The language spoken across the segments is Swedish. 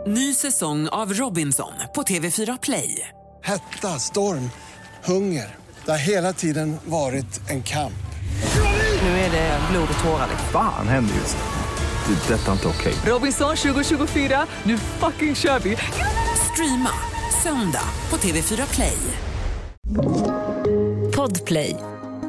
Ny säsong av Robinson på TV4 Play. Hetta, storm, hunger. Det har hela tiden varit en kamp. Nu är det blod och tårar. Fan händer just nu. Det. Detta är inte okej. Robinson 2024, nu fucking kör vi. Streama söndag på TV4 Play. Podplay.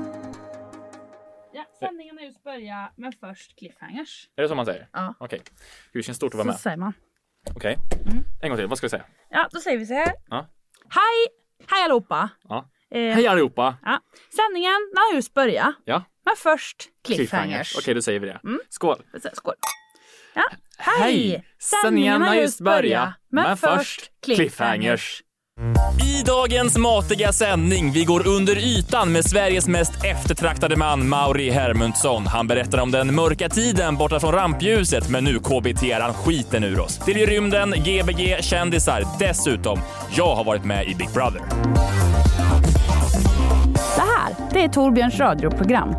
Ja, sändningen är just börja, men först cliffhangers. Är det så man säger? Ja. Okej. Gud, det känns stort att vara med. Så säger man. Okej. En gång till, vad ska vi säga? Ja, då säger vi så här. Ja. Hej allihopa. Ja. Hej allihopa. Ja. Sändningen har just börjat. Ja. Men först cliffhangers. Okej, då säger vi det. Skål. Skål. Ja. Hej! Sändningen har just börjat. Men först cliffhangers. I dagens matiga sändning, vi går under ytan med Sveriges mest eftertraktade man, Mauri Hermundsson. Han berättar om den mörka tiden borta från rampljuset, men nu KBT:ar han skiten ur oss. Det är rymden, GBG, kändisar. Dessutom, jag har varit med i Big Brother. Det här, det är Torbjörns radioprogram.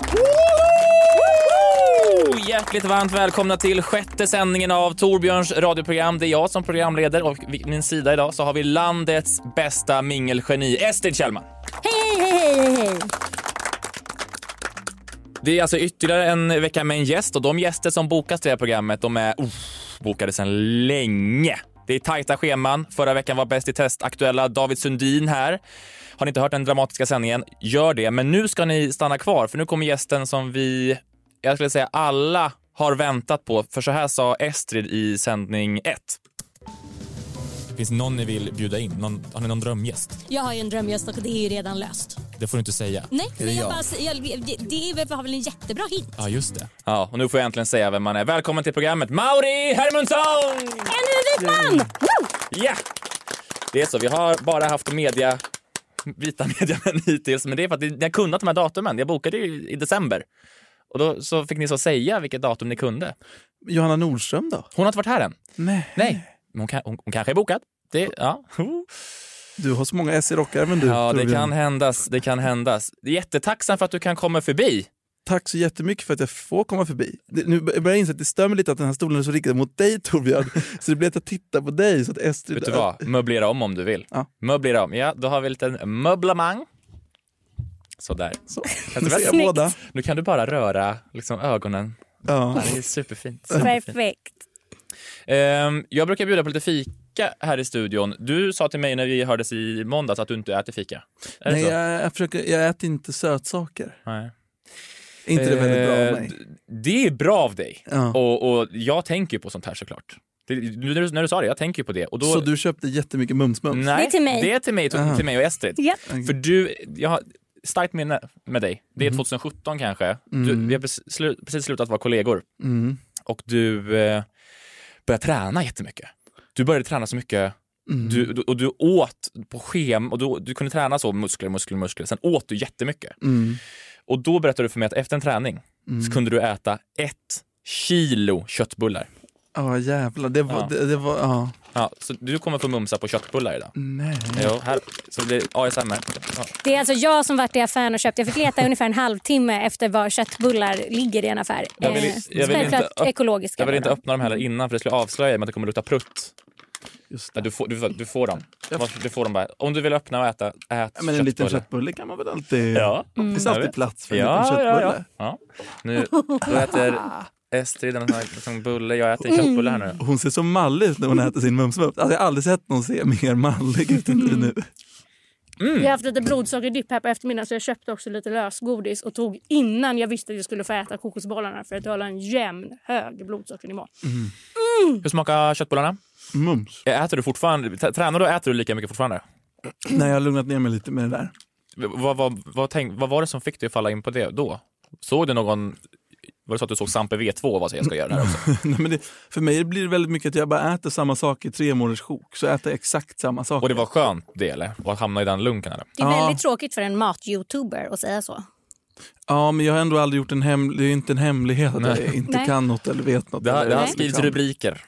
Hjärtligt varmt välkomna till sjätte sändningen av Torbjörns radioprogram. Det är jag som programleder och vid min sida idag så har vi landets bästa mingelgeni, Estrid Kjellman. Hej. Det är alltså ytterligare en vecka med en gäst och de gäster som bokas till det här programmet, de är bokade sedan länge. Det är tajta scheman. Förra veckan var Bäst i test aktuella David Sundin här. Har ni inte hört den dramatiska sändningen? Gör det. Men nu ska ni stanna kvar för nu kommer gästen som jag skulle säga alla har väntat på. För så här sa Estrid i sändning 1. Finns någon ni vill bjuda in? Har ni någon drömgäst? Jag har ju en drömgäst och det är ju redan löst. Det får du inte säga. Nej, det var väl en jättebra hint. Ja, just det. Ja, och nu får jag äntligen säga vem man är. Välkommen till programmet, Mauri Hermundsson! En vit man! Ja! Det är så, vi har bara haft vita mediamän hittills. Men det är för att ni har kunnat de här datumen. Jag bokade ju i december. Och då så fick ni så säga vilket datum ni kunde. Johanna Nordström då? Hon har inte varit här än. Nej. Hon kanske är bokad. Ja. Du har så många S i rockärmen du. Ja, det kan händas. Jättetacksam för att du kan komma förbi. Tack så jättemycket för att jag får komma förbi. Nu börjar jag inse att det stämmer lite att den här stolen är så riktad mot dig, Torbjörn. Så det blir att jag tittar på dig så att Estrid... Vet du vad? Möblera om du vill. Ja. Möblera om. Ja, då har vi en liten möblemang. Sådär. Så. Nu ser jag båda. Nu kan du bara röra liksom ögonen. Ja. Det är superfint. Perfekt. Jag brukar bjuda på lite fika här i studion. Du sa till mig när vi hördes i måndags att du inte äter fika. Nej, jag äter inte sötsaker. Nej. Inte det väldigt bra av mig? Det är bra av dig. Ja. Och jag tänker ju på sånt här såklart. När du sa det, jag tänker ju på det. Och då... Så du köpte jättemycket mums-mums? Nej, det är till mig. Det är till mig och Estrid. Ja. För jag har starkt minne med dig. Det är 2017 kanske. Vi har precis slutat vara kollegor. Och du började träna jättemycket. Du började träna så mycket. Du åt på schema och du kunde träna så muskler. Sen åt du jättemycket. Och då berättade du för mig att efter en träning så kunde du äta 1 kilo köttbullar. Ja, jävlar. Det var ja. Ja, så du kommer få mumsa på köttbullar idag. Nej. Jo, här. Så det är ASMR. Ja. Det är alltså jag som varit i affären och köpt. Jag fick leta ungefär en halvtimme efter var köttbullar ligger i en affär. Jag vill ekologiska. Jag vill inte öppna dem heller innan för det skulle avslöja mig att det kommer lukta prutt. Just det. Du får dem. Du får dem bara. Om du vill öppna och äta men en liten köttbulle kan man väl alltid... Ja. Det finns alltid plats för en liten köttbulle. Ja. Nu då äter Estrid en sån bulle. Jag äter en köttbulle här nu. Hon ser så mallig ut när hon äter sin mumsmups. Alltså, jag har aldrig sett någon se mer mallig ut än nu. Jag har haft lite blodsockerdipp här på eftermiddagen så jag köpte också lite lösgodis och tog innan jag visste att jag skulle få äta kokosbollarna för att hålla en jämn hög blodsockernivå. Hur smakar köttbullarna? Mums. Äter du fortfarande? Tränar du och äter du lika mycket fortfarande? Nej, jag har lugnat ner mig lite med det där. Vad var det som fick dig att falla in på det då? Såg du någon... Var det så att du såg Sampe V2 och vad jag ska göra det här också? Nej, men för mig blir det väldigt mycket att jag bara äter samma sak i 3 månaders sjok. Så jag äter exakt samma sak. Och det var skönt det, eller? Att hamna i den lunken, eller? Det är väldigt tråkigt för en mat-youtuber att säga så. Ja, men jag har ändå aldrig gjort det är inte en hemlighet att jag inte kan något eller vet något. Det har skrivits rubriker.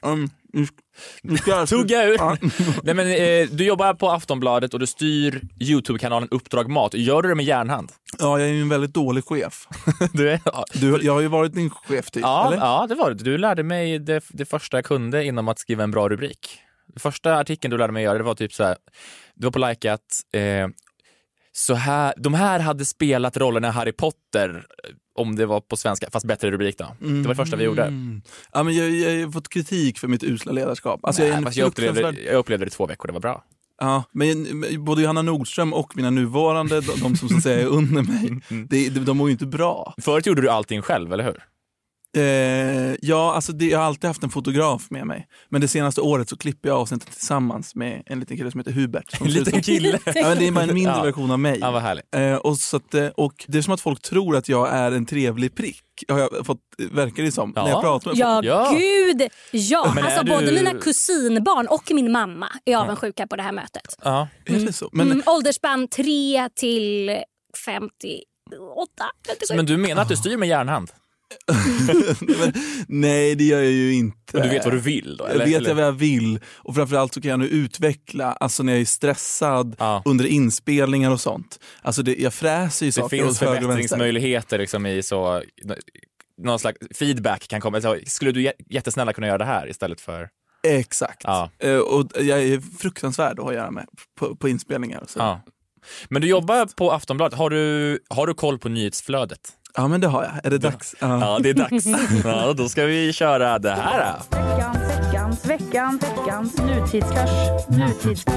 Nu ska jag Tugga ur. Nej, men, du jobbar på Aftonbladet och du styr YouTube-kanalen Uppdrag Mat. Gör du det med järnhand? Ja, jag är ju en väldigt dålig chef. Jag har ju varit din chef typ, eller? Ja, det var det. Du lärde mig det första jag kunde inom att skriva en bra rubrik. Första artikeln du lärde mig göra, det var typ så här. Det var på like att så här, de här hade spelat rollerna Harry Potter, om det var på svenska, fast bättre rubrik då. Det var det första vi gjorde. Ja, men jag har fått kritik för mitt usla ledarskap. Alltså, jag upplevde det 2 veckor, det var bra. Ja, men både Johanna Nordström och mina nuvarande, de som så att säga är under mig, de mår ju inte bra. Förut gjorde du allting själv, eller hur? Ja, alltså jag har alltid haft en fotograf med mig. Men det senaste året så klipper jag avsnittet tillsammans med en liten kille som heter Hubert. En liten kille? Ja, men det är bara en mindre version av mig. Ja, vad härligt. Och det är som att folk tror att jag är en trevlig prick. Har jag fått, verkar det som, när jag pratar med folk. Ja, gud! Ja, men alltså både mina kusinbarn och min mamma är avundsjuka på det här mötet. Ja. Är det så? Men, åldersspann 3 till 58. Men du menar att du styr med järnhand? men, nej, det gör jag ju inte. Men du vet vad du vill då? Eller? Jag vet vad jag vill. Och framförallt så kan jag nu utveckla, alltså när jag är stressad under inspelningar och sånt. Alltså jag fräser ju saker. Det finns förbättringsmöjligheter liksom i så någon slags feedback kan komma. Så, skulle du jättesnälla kunna göra det här istället för... Exakt. Och jag är fruktansvärd att ha att göra med på inspelningar och så. Ja. Men du jobbar på Aftonbladet. Har du koll på nyhetsflödet? Ja, men det har jag. Är det dags? Ja, det är dags. Ja, då ska vi köra det här. Veckans nutidskurs.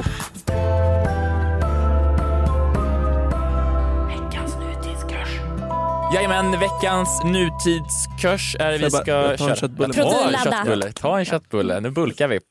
Jajamän, veckans nutidskurs är vi ska köra. Köttbulle. Ta en köttbulle. Nu bulkar vi.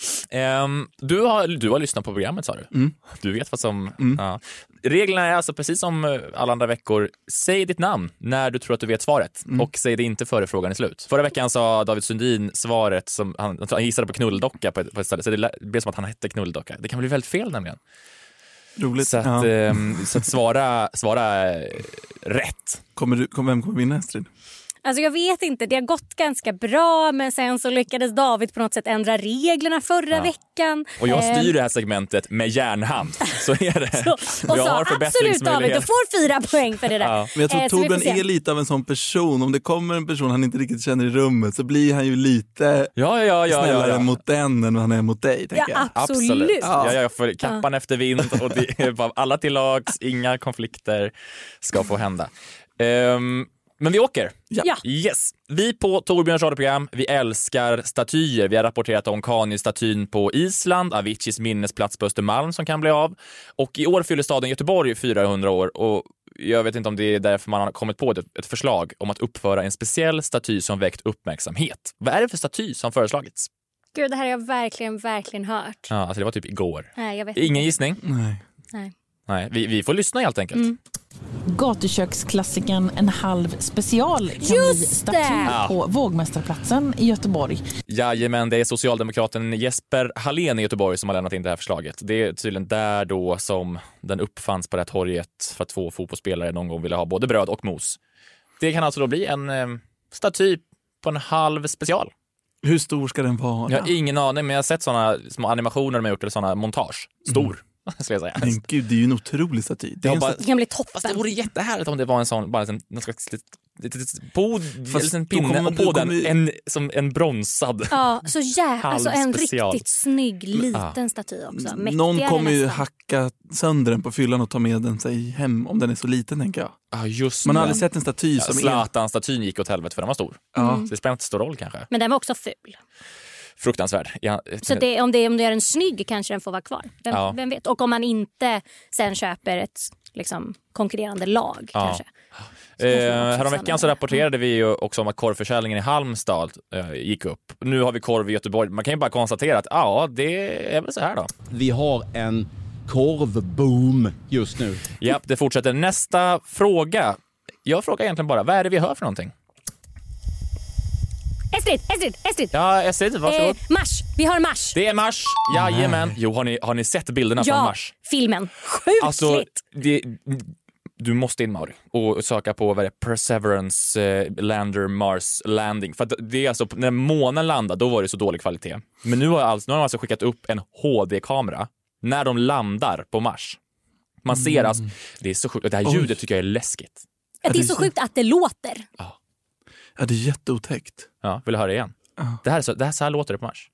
Du har lyssnat på programmet, sa du. Du vet vad som... Ja. Reglerna är alltså precis som alla andra veckor. Säg ditt namn när du tror att du vet svaret. Och säg det inte före frågan är slut. Förra veckan sa David Sundin svaret som han gissade på knulldocka på ett ställe. Så det blev som att han hette knulldocka. Det kan bli väldigt fel nämligen. Roligt. Så att svara rätt. Vem kommer vinna, Estrid? Alltså jag vet inte, det har gått ganska bra, men sen så lyckades David på något sätt ändra reglerna förra veckan. Och jag styr det här segmentet med järnhand. Så är det. Och så absolut David, du får 4 poäng för det där. Men jag tror Torbjörn är lite av en sån person. Om det kommer en person han inte riktigt känner i rummet så blir han ju lite snällare mot den än han är mot dig, tänker jag. Absolut. Ja, för kappan efter vind och det är alla till lags, inga konflikter ska få hända. Men vi åker. Ja. Yes. Vi på Torbjörns radioprogram, vi älskar statyer. Vi har rapporterat om Kanye-statyn på Island, Aviciis minnesplats på Östermalm som kan bli av. Och i år fyller staden Göteborg 400 år och jag vet inte om det är därför man har kommit på ett förslag om att uppföra en speciell staty som väckt uppmärksamhet. Vad är det för staty som föreslagits? Gud, det här har jag verkligen hört. Ja, alltså det var typ igår. Nej, jag vet Ingen gissning? Nej. Vi får lyssna helt enkelt. Gatuköksklassikern En halv special kan bli staty på Vågmästarplatsen i Göteborg. Jajamän, det är socialdemokraten Jesper Hallén i Göteborg som har lämnat in det här förslaget. Det är tydligen där då som den uppfanns på det här torget för att 2 fotbollsspelare någon gång ville ha både bröd och mos. Det kan alltså då bli en staty på en halv special. Hur stor ska den vara? Jag har ingen aning, men jag har sett såna små animationer de har gjort eller såna montage. Stor. Men gud, det är ju en otrolig staty. Det kan bli toppen. Fast det vore jättehärligt om det var en sån, bara någon slags en pinne och på den en bronsad. Ja, så alltså en riktigt snygg liten staty också. Någon kommer ju hacka sönder den på fyllan och ta med den sig hem om den är så liten, tänker jag. Ja, just man har aldrig sett en staty som Zlatan-statyn gick åt helvete för den var stor. Så det spelar inte stor roll kanske. Men den var också ful. Fruktansvärd. Ja. Så om det är en snygg kanske den får vara kvar. Vem vet? Och om man inte sen köper ett liksom, konkurrerande lag kanske. Häromveckan så rapporterade vi ju också om att korvförsäljningen i Halmstad gick upp. Nu har vi korv i Göteborg. Man kan ju bara konstatera att det är väl så här då. Vi har en korvboom just nu. Ja, det fortsätter. Nästa fråga. Jag frågar egentligen bara, vad är det vi hör för någonting? Estrid. Ja, Estrid, varsågod. Mars. Vi har Mars. Det är Mars. Jajamän. Jo, har ni sett bilderna från Mars? Ja, filmen. Sjukt. Alltså, Du måste in, Mauri, och söka på vad det är, Perseverance Lander Mars Landing. För att det är alltså, när månen landade, då var det så dålig kvalitet. Men nu har de alltså skickat upp en HD-kamera när de landar på Mars. Man ser alltså, det är så sjukt. Det här ljudet tycker jag är läskigt. Det är så sjukt att det låter. Ja, det är jätteotäckt. Ja, vill du höra det igen? Det här så här låter det på Mars.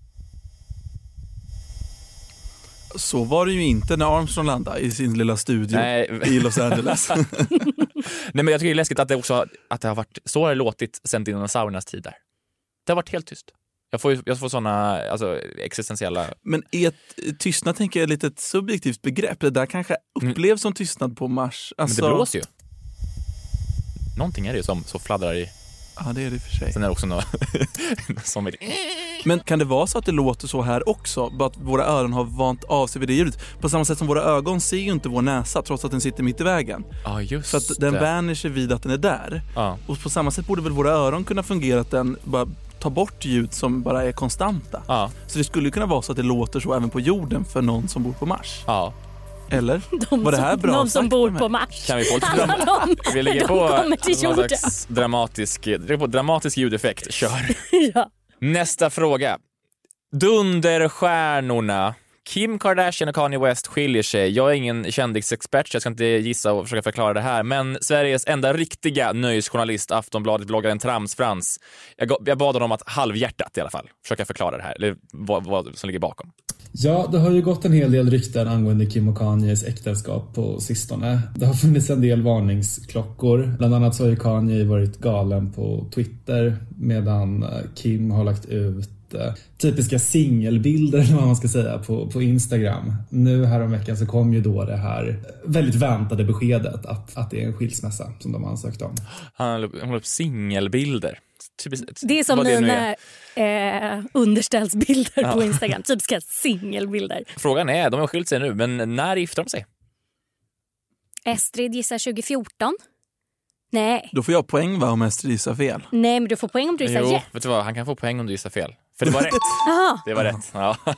Så var det ju inte när Armstrong landade i sin lilla studio i Los Angeles. Nej, men jag tycker det är läskigt att det också att det har varit så har det låtit sen dinosauriernas tid där. Det har varit helt tyst. Jag får såna existentiella... Men tystnad tänker jag är lite ett subjektivt begrepp. Det där kanske upplevs som tystnad på Mars. Alltså... Men det blåser ju. Någonting är det ju som så fladdrar i. Ja, det är det för sig. Sen är det också något som är... Men kan det vara så att det låter så här också? Bara att våra öron har vant av sig vid det ljudet. På samma sätt som våra ögon ser ju inte vår näsa trots att den sitter mitt i vägen. Ja, just för att den vänjer sig vid att den är där. Ja. Och på samma sätt borde väl våra öron kunna fungera att den bara tar bort ljud som bara är konstanta. Ja. Så det skulle kunna vara så att det låter så även på jorden för någon som bor på Mars. Ja. Eller? Var det här bra? Någon som bor på Mars. Kan vi få vi lägger på någon slags dramatisk ljudeffekt. Kör. Ja. Nästa fråga. Dunderstjärnorna Kim Kardashian och Kanye West skiljer sig. Jag är ingen kändisexpert så jag ska inte gissa och försöka förklara det här. Men Sveriges enda riktiga nöjesjournalist, Aftonbladet-bloggaren Tramsfrans, jag bad honom att halvhjärtat i alla fall försöka förklara det här. Eller vad som ligger bakom. Ja, det har ju gått en hel del rykten angående Kim och Kanyes äktenskap på sistone. Det har funnits en del varningsklockor. Bland annat så har ju Kanye varit galen på Twitter medan Kim har lagt ut typiska singelbilder eller vad man ska säga på Instagram. Nu här om veckan så kom ju då det här väldigt väntade beskedet att det är en skilsmässa som de har ansökt om. Han håller upp singelbilder. Det är som mina underställsbilder på Instagram. Typiska singelbilder. Frågan är, de har skilt sig nu, men när gifter de sig? Estrid gissar 2014. Nej. Då får jag poäng om Estrid gissar fel. Nej, men du får poäng om du gissar rätt. Vet du vad? Han kan få poäng om du gissar fel. För det var rätt. Det var rätt.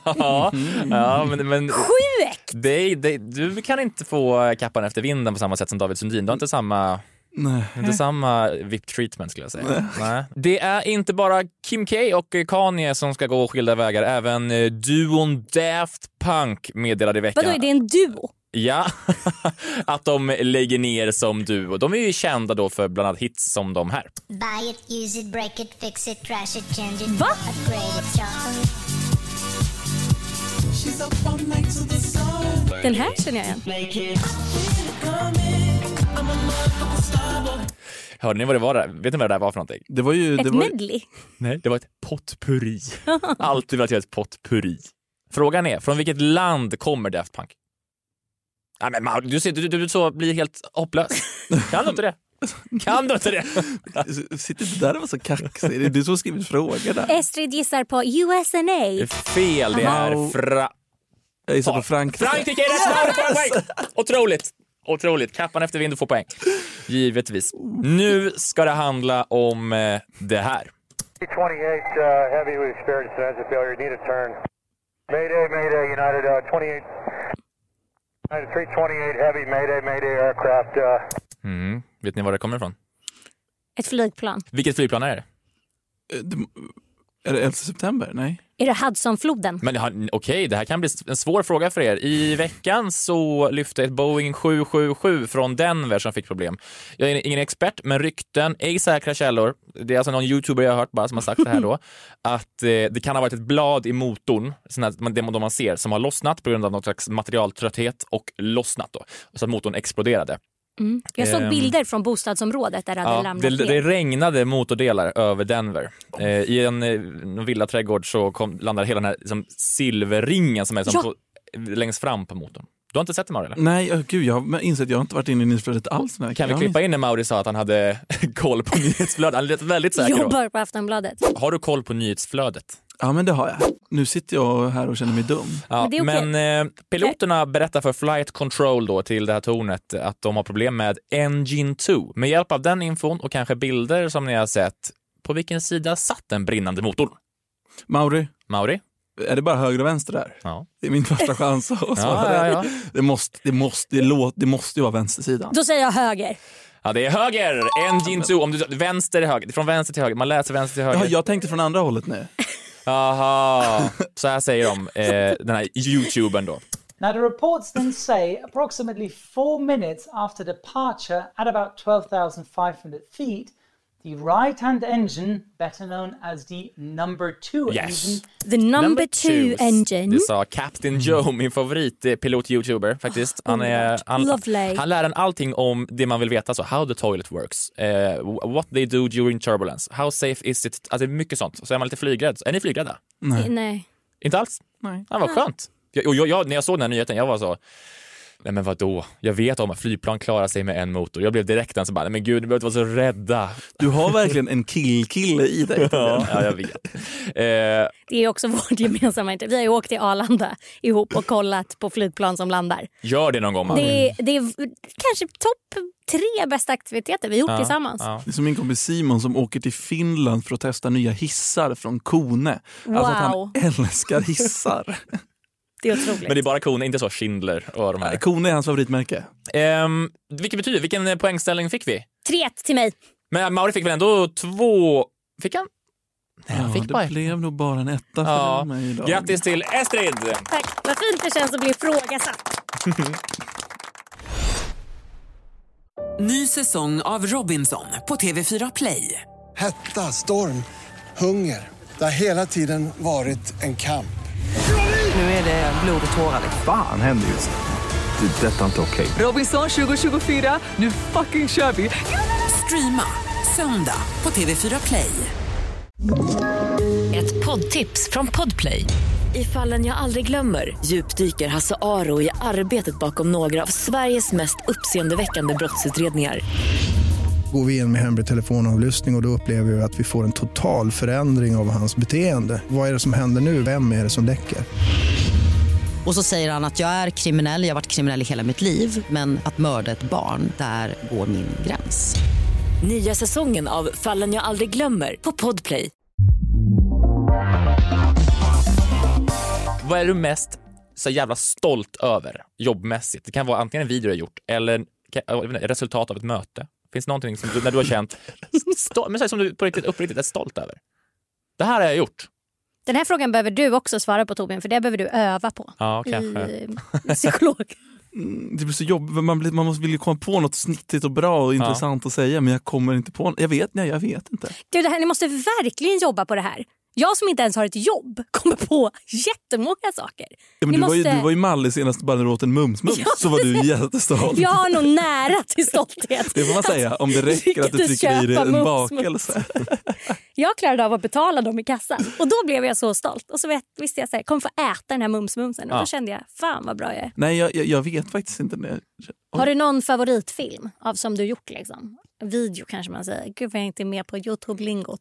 Ja, men sjukt! Du kan inte få kappan efter vinden på samma sätt som David Sundin. Du har inte samma... Nej. Inte samma VIP-treatment skulle jag säga. Nej. Det är inte bara Kim K och Kanye som ska gå skilda vägar. Även duon Daft Punk meddelade i veckan. Vadå, är det en duo? Ja, att de lägger ner som duo. De är ju kända då för bland annat hits som de här. Buy it, use it, break it, fix it, trash it, change it, va? upgrade it, Den här känner jag igen. Hörde ni vad det var där? Vet ni vad det där var för någonting? Det var ju... medley? Nej, det var ett potpurri. Alltid velat göra ett potpurri. Frågan är, från vilket land kommer Daft Punk? Nej, men du så blir helt hopplös. Kan du inte det? Kan du inte det? Sitter inte där och var så kaxig. Det är du som skrivit frågorna. Estrid gissar på USA. Det är fel, det är jag gissar på Frankrike. Frankrike är rätt! Otroligt. Kappan efter vind, du får poäng. Givetvis. Nu ska det handla om det här. 28 heavy, we experienced an engine failure. Need a turn. Mayday, United 28. United 328 heavy, mayday aircraft. Vet ni var det kommer ifrån? Ett flygplan. Vilket flygplan är det? Är det 11 september? Nej. Är det Hudsonfloden? Men okej, det här kan bli en svår fråga för er. I veckan så lyfte ett Boeing 777 från Denver som fick problem. Jag är ingen expert, men rykten, ej säkra källor. Det är alltså någon YouTuber jag har hört bara som har sagt det här då. Att det kan ha varit ett blad i motorn, det man ser, som har lossnat på grund av någon slags materialtrötthet och lossnat då. Så att motorn exploderade. Jag såg bilder från bostadsområdet där det hade lämnat ner. Det regnade motordelar över Denver. I en villaträdgård så landade hela den här liksom, silverringen som är som längst fram på motorn. Du har inte sett det, Mauri, eller? Nej, gud, jag har insett att jag har inte varit inne i nyhetsflödet alls. Kan vi klippa in när Mauri sa att han hade koll på nyhetsflödet? Han lät väldigt säker. Jobbar på Aftonbladet. Har du koll på nyhetsflödet? Ja, men det har jag. Nu sitter jag här och känner mig dum. Ja, men piloterna berättar för Flight Control då till det här tornet att de har problem med Engine 2. Med hjälp av den infon och kanske bilder som ni har sett, på vilken sida satt den brinnande motorn? Mauri? Är det bara höger och vänster där? Ja. Det är min första chans att svara. Ja. Det måste ju vara vänstersidan. Då säger jag höger. Ja, det är höger. Engine 2. Om du vänster är höger. Från vänster till höger. Man läser vänster till höger. Ja, jag tänkte från andra hållet nu. Aha. Så här säger de, den här YouTubern då. Now the reports then say approximately 4 minutes after departure at about 12,500 feet, the right-hand engine, better known as the number 2 engine. The number 2 engine. Det sa Captain Joe, min favoritpilot-youtuber faktiskt. Han lär en allting om det man vill veta, så how the toilet works, what they do during turbulence, how safe is it, alltså mycket sånt. Så är man lite flygrädd. Är ni flygrädda? Nej. Inte alls? Nej. Ja, vad skönt. Jag, när jag såg den här nyheten, jag var så... Nej men vadå? Jag vet om att flygplan klarar sig med en motor. Jag blev direkt så bara, nej men gud, ni behöver inte vara så rädda. Du har verkligen en kille i dig. Ja, jag vet. Det är också vårt gemensamma intresse. Vi har ju åkt till Arlanda ihop och kollat på flygplan som landar. Gör det någon gång, man. Det är kanske topp 3 bästa aktiviteter vi gjort tillsammans. Ja. Det är som min kompis Simon som åker till Finland för att testa nya hissar från Kone. Wow. Alltså att han älskar hissar. Det är otroligt. Men det är bara Kone, inte så Schindler och de här. Kone är hans favoritmärke. Vilken poängställning fick vi? 3 till mig. Men Mauri fick väl ändå 2... Fick han? Nej, han fick det blev nog bara en 1 för mig idag. Grattis till Estrid! Tack, vad fint det känns att bli ifrågasatt. Ny säsong av Robinson på TV4 Play. Hetta, storm, hunger. Det har hela tiden varit en kamp. Nu är det blod och tårar. Fan händer just det. Det är detta inte okej. Robinson 2024, nu fucking kör vi. Streama söndag på TV4 Play. Ett poddtips från Podplay. I Fallen jag aldrig glömmer djupdyker Hasse Aro i arbetet bakom några av Sveriges mest uppseendeväckande brottsutredningar. Går vi in med hemlig telefonavlyssning och då upplever vi att vi får en total förändring av hans beteende. Vad är det som händer nu? Vem är det som läcker? Och så säger han att jag är kriminell, jag har varit kriminell i hela mitt liv. Men att mörda ett barn, där går min gräns. Nya säsongen av Fallen jag aldrig glömmer på Podplay. Vad är du mest så jävla stolt över jobbmässigt? Det kan vara antingen en video du har gjort eller resultat av ett möte. Finns det någonting som när du har känt men som du på riktigt uppriktigt är stolt över? Det här har jag gjort. Den här frågan behöver du också svara på, Torbjörn, för det behöver du öva på. Ja, kanske. Psykolog. Det blir så jobbigt. Man måste vilja komma på något snittigt och bra och intressant att säga, men jag kommer inte på. Jag vet inte. Gud, ni måste verkligen jobba på det här. Jag som inte ens har ett jobb kommer på jättemånga saker. Ja, men du var ju mallig senast bara när du åt en mums, så var du jättestolt. Jag har nog nära till stolthet. Det får man säga, om det räcker att du trycker i dig en bakelse. Jag klarade av att betala dem i kassan. Och då blev jag så stolt. Och så visste jag att jag kommer få äta den här mumsen. Och då kände jag, fan vad bra jag är. Nej, jag vet faktiskt inte det. Har du någon favoritfilm av som du gjort liksom? Video kanske man säger. Gud, vad jag inte är med på YouTube-lingot.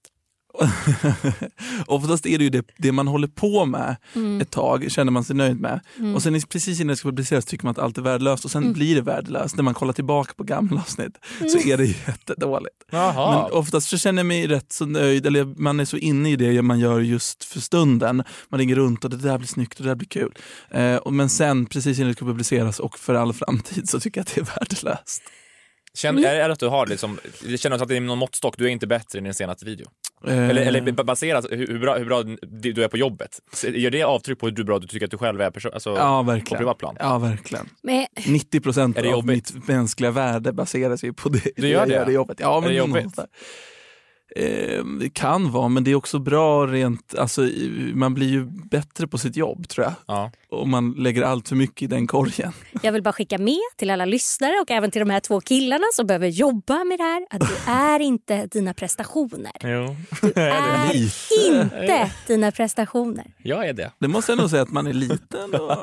Oftast är det ju det man håller på med ett tag, känner man sig nöjd med. Och sen precis innan det ska publiceras tycker man att allt är värdelöst. Och sen blir det värdelöst. När man kollar tillbaka på gamla avsnitt så är det jättedåligt. Men oftast så känner jag mig rätt så nöjd. Eller man är så inne i det man gör just för stunden. Man ringer runt och det där blir snyggt och det där blir kul. Men sen precis innan det ska publiceras och för all framtid så tycker jag att det är värdelöst. Är det att du har liksom, det känns att det är någon måttstock, du är inte bättre än din senaste video? Eller baserat hur bra du är på jobbet. Gör det avtryck på hur bra du tycker att du själv är ja, verkligen. På privatplan? Ja, verkligen. Men 90% av mitt mänskliga värde baseras ju på det. Du gör det? Det jobbet. Ja, men är det jobbigt? Det kan vara, men det är också bra rent, alltså, man blir ju bättre på sitt jobb tror jag. Ja. Och man lägger allt för mycket i den korgen. Jag vill bara skicka med till alla lyssnare och även till de här 2 killarna som behöver jobba med det här, att du är inte dina prestationer. Jo. Du är inte dina prestationer. Jag är det. Det måste jag nog säga att man är liten. Och...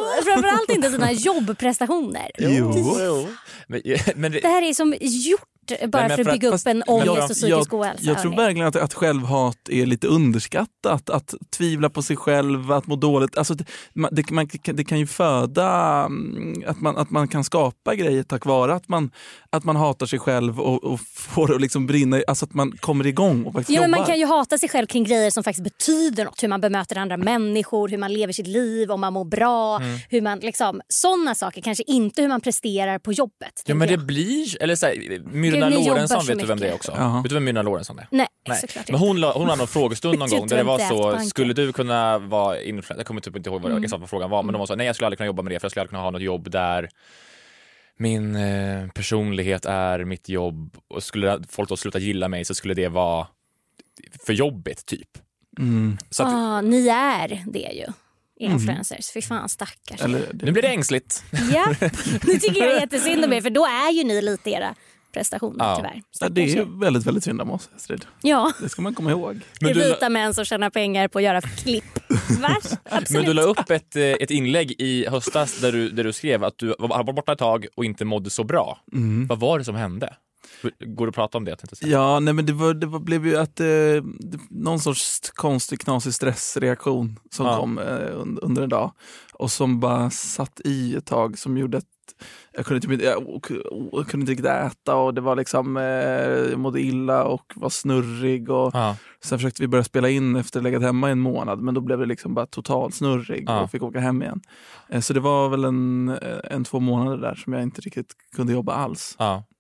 Framförallt inte dina jobbprestationer. Jo. Men det här är som gjort bara för att bygga upp en ångest och psykisk ohälsa. Jag tror verkligen att självhat är lite underskattat. Att tvivla på sig själv, att må dåligt. Alltså det kan ju föda att man kan skapa grejer tack vare att man hatar sig själv och får det att liksom brinna. Alltså att man kommer igång och faktiskt jobbar. Men man kan ju hata sig själv kring grejer som faktiskt betyder något. Hur man bemöter andra människor, hur man lever sitt liv, om man mår bra. Hur man liksom, sådana saker, kanske inte hur man presterar på jobbet. Ja, men det blir, eller såhär, Myrna Lorentzon, vet du vem det är också? Vet du vem Myrna Lorentzon är? Nej, såklart men hon hade någon frågestund någon gång där det var så, skulle du kunna vara influencer? Jag kommer typ inte ihåg vad frågan var, men de var så, nej jag skulle aldrig kunna jobba med det, för jag skulle aldrig kunna ha något jobb där min personlighet är mitt jobb, och skulle folk då sluta gilla mig så skulle det vara för jobbigt typ. Så att, ni är det ju. Influencers, fy fan stackars. Nu blir det ängsligt. Ja, nu tycker jag jättesynd om er, för då är ju ni lite era prestationer tyvärr. Ja, det är ju väldigt, väldigt synd om oss, Astrid. Ja. Det ska man komma ihåg. Det är vita män som tjänar pengar på att göra klipp. Men du la upp ett inlägg i höstas där du skrev att du var borta ett tag och inte mådde så bra. Vad var det som hände? Går du att prata om det? Ja, nej, men det blev ju att någon sorts konstig, knasig stressreaktion som kom under en dag och som bara satt i ett tag, som gjorde att jag kunde inte riktigt äta, och det var liksom jag mådde illa och var snurrig, och sen försökte vi börja spela in efter att legat hemma i en månad, men då blev det liksom bara totalt snurrig och fick åka hem igen. Så det var väl en 2 månader där som jag inte riktigt kunde jobba alls.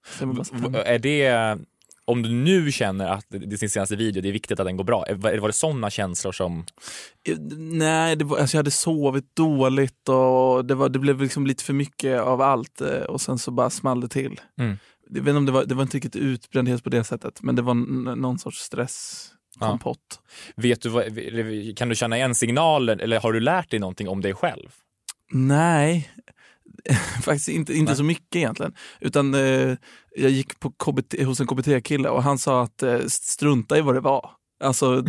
Är det, om du nu känner att det sin senaste video, det är viktigt att den går bra, var det sådana känslor som... Nej, alltså jag hade sovit dåligt och det blev liksom lite för mycket av allt, och sen så bara small det till. Jag vet inte om det var inte riktigt utbrändhet på det sättet, men det var någon sorts stresskompott. Vet du, kan du känna igen signaler, eller har du lärt dig någonting om dig själv? Nej, faktiskt inte så mycket egentligen, utan jag gick på hos en KBT-kille och han sa att strunta i vad det var. Alltså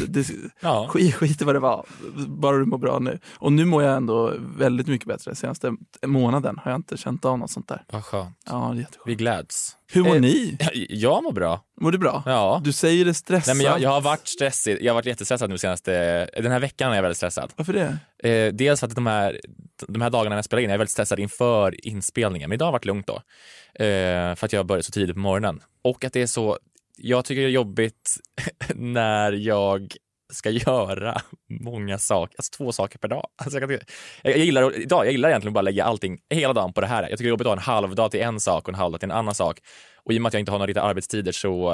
skit i vad det var, bara du mår bra nu. Och nu mår jag ändå väldigt mycket bättre. Senaste månaden har jag inte känt av något sånt där. Vad skönt. Ja, det är jätteskönt. Vi gläds. Hur mår ni? Jag mår bra. Mår du bra? Ja. Du säger det stressad. Nej, men jag har varit stressig. Jag har varit jättestressad nu den här veckan är jag väldigt stressad. Varför det? Dels för att de här dagarna när jag spelar in, jag är väldigt stressad inför inspelningen. Men idag har varit lugnt då. För att jag började så tidigt på morgonen. Och att det är så, jag tycker det är jobbigt när jag ska göra många saker, alltså 2 saker per dag. Alltså jag gillar egentligen bara att lägga allting hela dagen på det här. Jag tycker det är jobbigt att ha en halvdag till en sak och en halvdag till en annan sak. Och i och med att jag inte har några riktiga arbetstider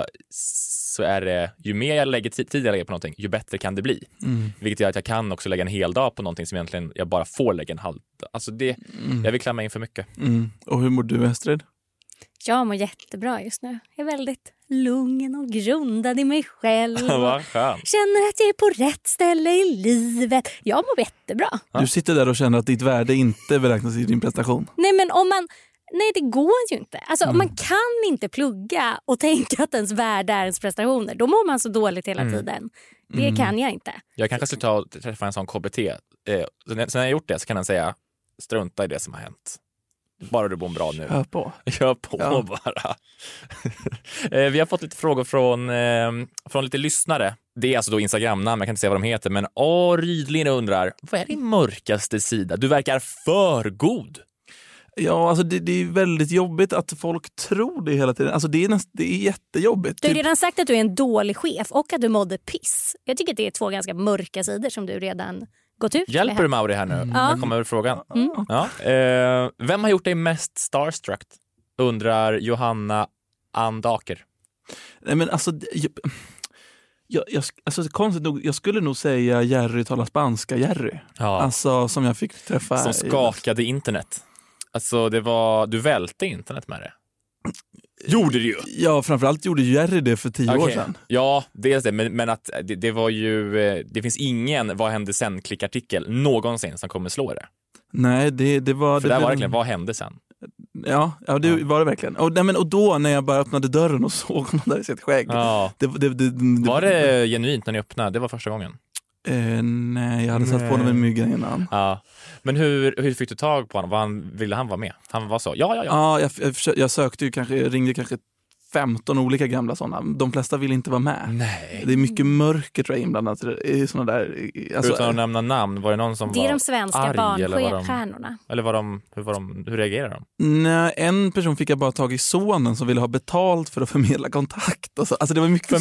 så är det, ju mer jag lägger tid jag lägger på någonting, ju bättre kan det bli. Vilket gör att jag kan också lägga en hel dag på någonting som egentligen jag bara får lägga en halv. Alltså jag vill klämma in för mycket. Och hur mår du, Astrid? Jag mår jättebra just nu. Jag är väldigt lugn och grundad i mig själv. Vad skönt. Känner att jag är på rätt ställe i livet. Jag mår jättebra. Du sitter där och känner att ditt värde inte beräknas i din prestation. Nej, men nej, det går ju inte. Alltså, man kan inte plugga och tänka att ens värde är ens prestationer. Då mår man så dåligt hela tiden. Det kan jag inte. Jag kanske skulle ta och träffa en sån KBT. Sen när jag gjort det så kan han säga, strunta i det som har hänt. Bara du bor bra nu. Kör på bara. Vi har fått lite frågor från lite lyssnare. Det är alltså då Instagram-namn, jag kan inte säga vad de heter. Men Rydlin undrar, vad är din mörkaste sida? Du verkar för god. Ja, alltså det är väldigt jobbigt att folk tror det hela tiden. Alltså det är jättejobbigt. Du har redan sagt att du är en dålig chef och att du mådde piss. Jag tycker att det är 2 ganska mörka sidor som du redan gått ut. Hjälper du Mauri här nu? Jag kommer över frågan. Ja. Vem har gjort dig mest starstruck? Undrar Johanna Andaker. Nej, men alltså... konstigt nog, jag skulle nog säga Jerry talar spanska, Jerry. Ja. Alltså som jag fick träffa. Som skakade internet. Alltså du välte internet med det. Gjorde det ju. Ja, framförallt gjorde Jerry det för 10 år sedan. Ja, det är det. Men att det var ju... Det finns ingen vad hände sen klickartikel någonsin som kommer slå det. Nej, det var... För det var verkligen, vad hände sen? Ja, det var det verkligen. Och då när jag bara öppnade dörren och såg honom där i sitt skägg. Ja. Var det genuint när ni öppnade? Det var första gången. Nej, jag hade satt på honom en mygga innan. Ja. Men hur fick du tag på honom? Ville han vara med? Han var så, ja. Ja, jag sökte ju ringde kanske 15 olika gamla sådana. De flesta vill inte vara med. Nej. Det är mycket mörker tror jag inblandat i sådana där. Alltså, utan att nämna namn, var det någon som det är var de svenska arg, barnstjärnorna. Eller hur reagerar de? Nej, en person fick jag bara tag i sonen som ville ha betalt för att förmedla kontakt. Alltså det var mycket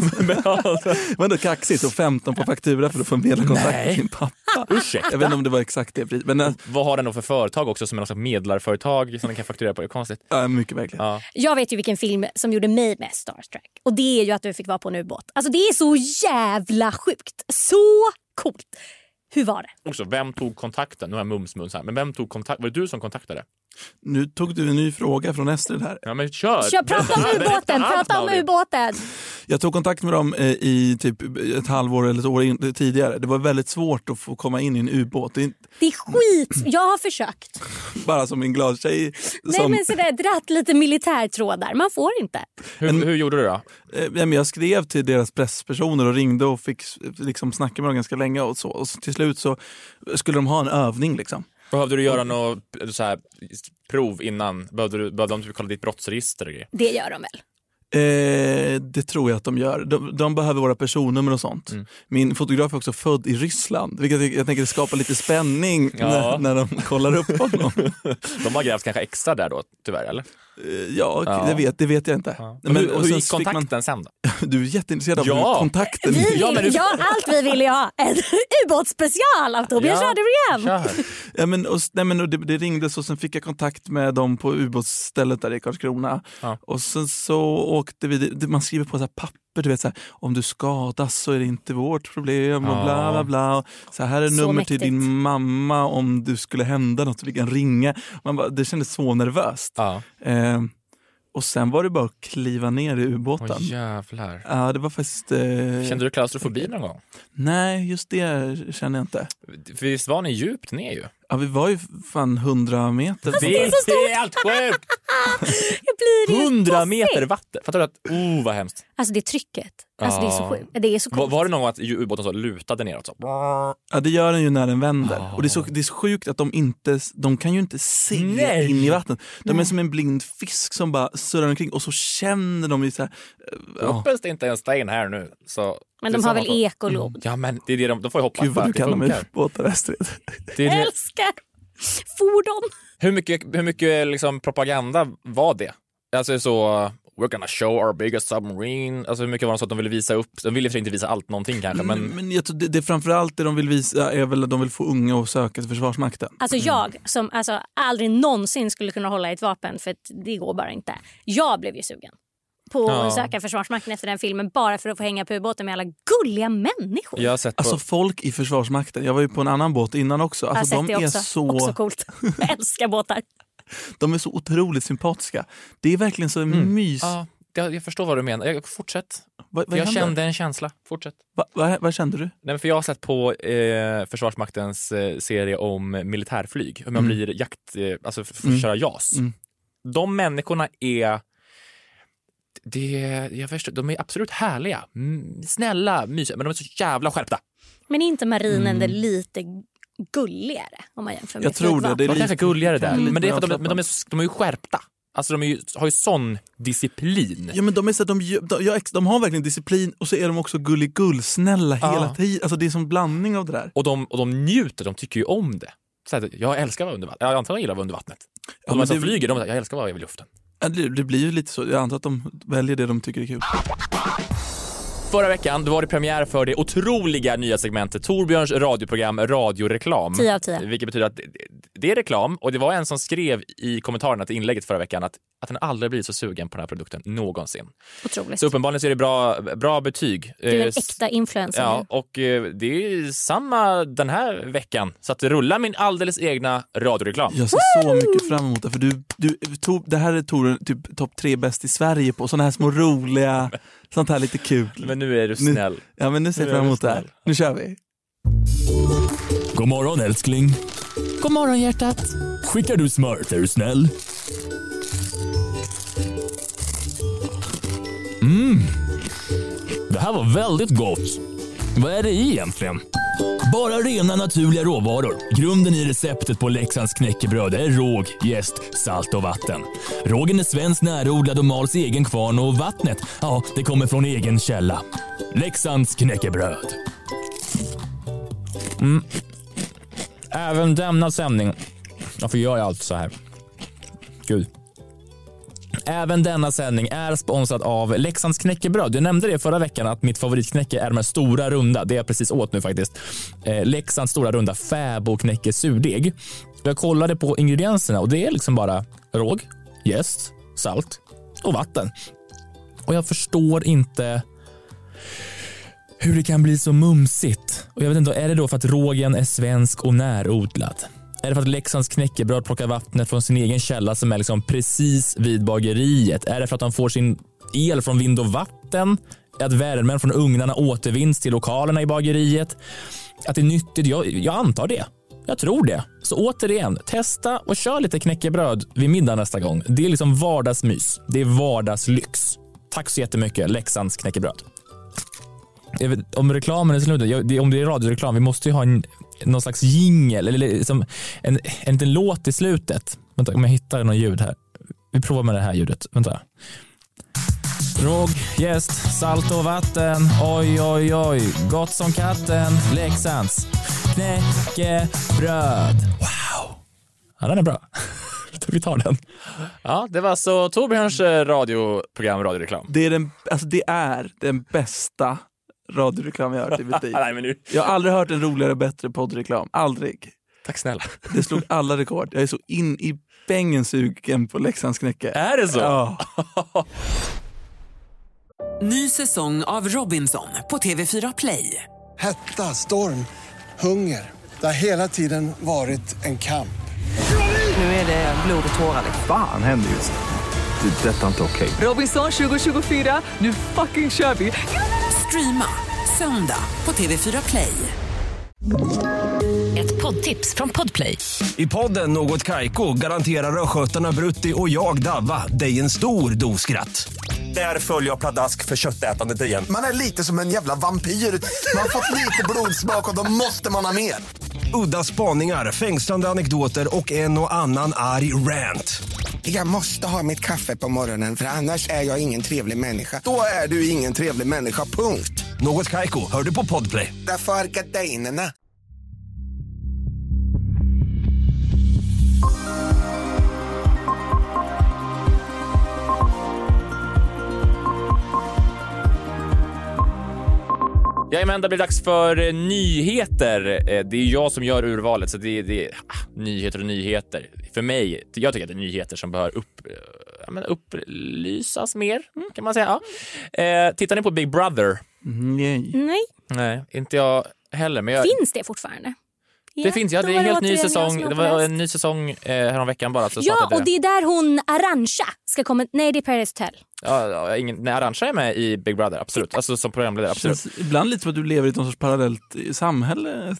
det var ändå kaxigt och 15 på faktura för att förmedla kontakt med sin pappa. Ursäkta. Jag vet inte om det var exakt det priset. Men vad har den då för företag också som är något medlarföretag som den kan fakturera på? Det är konstigt. Ja, mycket verkligen. Ja. Jag vet ju vilken film som gjorde mig mest starstruck. Och det är ju att du fick vara på en ubåt. Alltså det är så jävla sjukt. Så coolt. Hur var det? Också, vem tog kontakten? Nu har jag mums här. Men vem tog kontakt? Var det du som kontaktade? Nu tog du en ny fråga från Estrid här. Ja, men kör! Prata om ubåten! Prata om ubåten! Jag tog kontakt med dem i typ ett halvår eller ett år tidigare. Det var väldigt svårt att få komma in i en ubåt. Det är skit! Jag har försökt. Bara som en glad tjej. Nej, men sådär, dratt lite militärtrådar. Man får inte. Hur gjorde du då? Jag skrev till deras presspersoner och ringde och fick liksom snacka med dem ganska länge. Och så till slut så skulle de ha en övning liksom. Behövde du göra något så här prov innan? Behövde de kolla ditt brottsregister och grejer? Det gör de väl? Det tror jag att de gör. De behöver våra personnummer och sånt. Min fotograf är också född i Ryssland, vilket jag tänker skapa lite spänning när de kollar upp honom. De har grävt kanske extra där då, tyvärr, eller? Ja. Det vet jag inte. Ja. Men hur gick kontakten sen då? Du är jätteintresserad av kontakten. Allt vi ville ha. En ubåtsspecial av Tobias radioprogram. Ja, men det ringdes och sen fick jag kontakt med dem på ubåtsstället där i Karlskrona. Ja. Och sen så åkte vi, man skriver på så här papper, du vet så här, om du skadas så är det inte vårt problem och bla bla bla. Så här är nummer mäktigt till din mamma om du skulle hända något så vi kan ringa. Det kändes så nervöst. Ja. Och sen var det bara att kliva ner i ubåten. Jävlar. Ja, det var faktiskt... Kände du klaustrofobi någon gång? Nej, just det känner jag inte. För visst var ni djupt ner ju? Ja, vi var ju fan 100 meter. Alltså, det är helt sjukt! Jag blir 100 meter vatten. Fattar du att, vad hemskt. Alltså det är trycket. Alltså det är så sjukt. Det är så coolt. Var det någon att ubåten så lutade neråt så? Ja, det gör den ju när den vänder. Och det är så sjukt att de kan ju inte se in i vattnet. De är som en blind fisk som bara surrar omkring och så känner de ju så här. Hoppas det inte är en sten här nu. Så men de har väl ekolod? Ja, men det är det de får ju hoppas. Gud vad du kan med ubåtar, Estrid. Älskar fordon. Hur mycket liksom propaganda var det? Alltså så... We're gonna show our biggest submarine. Alltså hur mycket var det så att de ville visa upp? De ville inte visa allt någonting kanske. Men jag tror det framförallt det de vill visa är väl att de vill få unga att söka till Försvarsmakten. Alltså jag som aldrig någonsin skulle kunna hålla i ett vapen för att det går bara inte. Jag blev ju sugen på att söka Försvarsmakten efter den filmen bara för att få hänga på ubåten med alla gulliga människor. Jag har sett alltså folk i Försvarsmakten. Jag var ju på en annan båt innan också. Alltså, jag har sett det också. Också coolt. Jag älskar båtar. De är så otroligt sympatiska. Det är verkligen så mys. Ja, jag förstår vad du menar. Fortsätt. Vad jag kände en känsla. Fortsätt. Vad kände du? Nej, för jag har sett på Försvarsmaktens serie om militärflyg. Hur man blir alltså för att köra JAS. De människorna är... jag förstår, de är absolut härliga. Snälla, mysiga. Men de är så jävla skärpta. Men är inte marinen det lite gulligare om man jämför med jag tror det är lite kanske gulligare där. Men det är för att de är ju skärpta. Alltså har ju sån disciplin. Ja, men de är så de har verkligen disciplin och så är de också gullsnälla hela tiden. Alltså det är som blandning av det där. Och de njuter, de tycker ju om det. Så här, jag älskar att vara under vattnet. Jag antar att jag gillar att vara under vattnet. Och de som flyger, jag älskar att vara i luften. Det blir ju lite så. Jag antar att de väljer det de tycker är kul. Förra veckan då var det premiär för det otroliga nya segmentet Torbjörns radioprogram Radioreklam. 10 av 10. Vilket betyder att det är reklam. Och det var en som skrev i kommentarerna till inlägget förra veckan att han aldrig blivit så sugen på den här produkten någonsin. Otroligt. Så uppenbarligen så är det bra betyg. Du är en äkta influencer. Ja, och det är samma den här veckan. Så att det rullar min alldeles egna radioreklam. Jag ser så mycket fram emot det. För det här är typ topp 3 bäst i Sverige på såna här små roliga, sånt här lite kul. Men nu är du snäll. Nu ser jag fram emot det här. Nu kör vi. God morgon älskling. God morgon hjärtat. Skickar du smört, är du snäll? Det här var väldigt gott. Vad är det i egentligen? Bara rena naturliga råvaror. Grunden i receptet på Leksands knäckebröd är råg, jäst, salt och vatten. Rågen är svensk närodlad och mals i egen kvarn och vattnet, ja, det kommer från egen källa. Leksands knäckebröd. Även denna sändning... Varför gör jag allt så här? Gud. Även denna sändning är sponsrad av Leksands knäckebröd. Jag nämnde det förra veckan att mitt favoritknäcke är de här stora runda. Det är jag precis åt nu faktiskt. Leksands stora runda fäbodknäcke surdeg. Jag kollade på ingredienserna och det är liksom bara råg, jäst, salt och vatten. Och jag förstår inte hur det kan bli så mumsigt. Och jag vet inte, är det då för att rågen är svensk och närodlad? Är det för att Leksands knäckebröd plockar vattnet från sin egen källa som är liksom precis vid bageriet? Är det för att de får sin el från vind och vatten? Att värmen från ugnarna återvinns till lokalerna i bageriet? Att det är nyttigt? Jag antar det. Jag tror det. Så återigen, testa och kör lite knäckebröd vid middag nästa gång. Det är liksom vardagsmys. Det är vardagslyx. Tack så jättemycket, Leksands knäckebröd. Om reklamen är slut, om det är radioreklam, vi måste ju ha någon slags jingle eller liksom en liten låt i slutet. Vänta, om jag hittar någon ljud här. Vi provar med det här ljudet. Vänta. Råg, jäst, salt och vatten. Oj, oj, oj. Gott som katten. Leksands knäckebröd. Wow. Ja, den är bra. Vi tar den. Ja, det var alltså Torbjörns radioreklam. Det är den bästa radioreklam jag har hört i mitt liv. Nej, men nu... Jag har aldrig hört en roligare och bättre poddreklam. Aldrig. Tack snälla. Det slog alla rekord. Jag är så in i bängen sugen på Leksands knäcke. Är det så? Ja. Ny säsong av Robinson på TV4 Play. Hetta, storm, hunger. Det har hela tiden varit en kamp. Nu är det blod och tårar. Fan händer just det. Detta är inte okej. Robinson 2024, nu fucking kör vi. Streama söndag på TV4 Play. Ett poddtips från Podplay. I podden Något Kaiko garanterar röskötarna Brutti och jag Davva dig en stor doskratt. Där följer jag pladask för köttätandet igen. Man är lite som en jävla vampyr. Man har fått lite blodsmak och då måste man ha mer. Udda spaningar, fängslande anekdoter och en och annan arg rant. Jag måste ha mitt kaffe på morgonen för annars är jag ingen trevlig människa. Då är du ingen trevlig människa, punkt. Något Kaiko, hör du på Podplay. Därför är gardinerna. Jajamän, det blir dags för nyheter. Det är jag som gör urvalet, så det är nyheter och nyheter. För mig, jag tycker att det är nyheter som bör upplysas mer, kan man säga. Ja. Tittar ni på Big Brother? Nej, inte jag heller. Men Finns det fortfarande? Det finns, ja, det är en helt ny säsong. Det var en ny säsong häromveckan bara. Ja, och det är där hon Arantxa ska komma. Nej, det är Paradise Hotel. Nej, Arantxa är med i Big Brother, absolut. Alltså som programledare, absolut. Ibland lite som att du lever i ett någon sorts parallellt samhälle.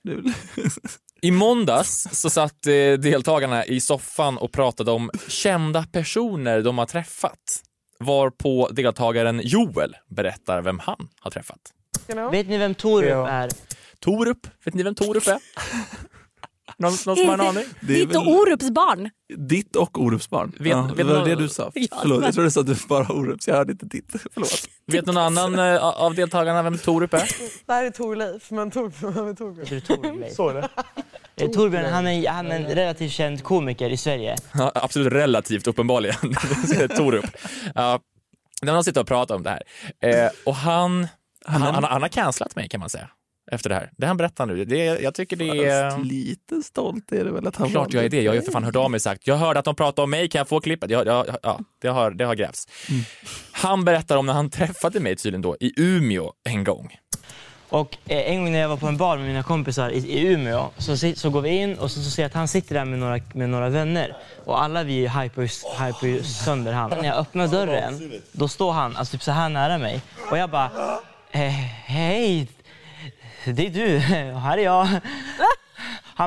I måndags så satt deltagarna i soffan och pratade om kända personer de har träffat. Varpå deltagaren Joel berättar vem han har träffat. Vet ni vem Torup är? Torup? Vet ni vem Torup är? Någon som har en aning? Ditt och Orups barn. Ditt och Orups barn. Det var det du sa. Förlåt, jag tror du sa att du bara Orups. Jag hörde inte ditt. Förlåt. Vet någon annan av deltagarna vem Torup är? Det här är Torleif, men Torbjörn. Så är det. Torbjörn, han är en relativt känd komiker i Sverige. Ja, absolut relativt, uppenbarligen. Torup. När man sitter och pratar om det här. Och han har cancelat mig, kan man säga. Efter det här. Det han berättar nu. Jag tycker det är... Lite stolt är det väl att han... Klart jag är det. Jag har ju för fan hört av mig sagt. Jag hörde att de pratade om mig. Kan jag få klippet? Det har grävts. Han berättar om när han träffade mig tydligen då i Umeå en gång. Och en gång när jag var på en bar med mina kompisar i Umeå så går vi in och så ser jag att han sitter där med några vänner. Och alla vi hyper sönder han. När jag öppnar dörren, då står han alltså typ så här nära mig. Och jag bara, hej, det är du, här är jag. Han bara,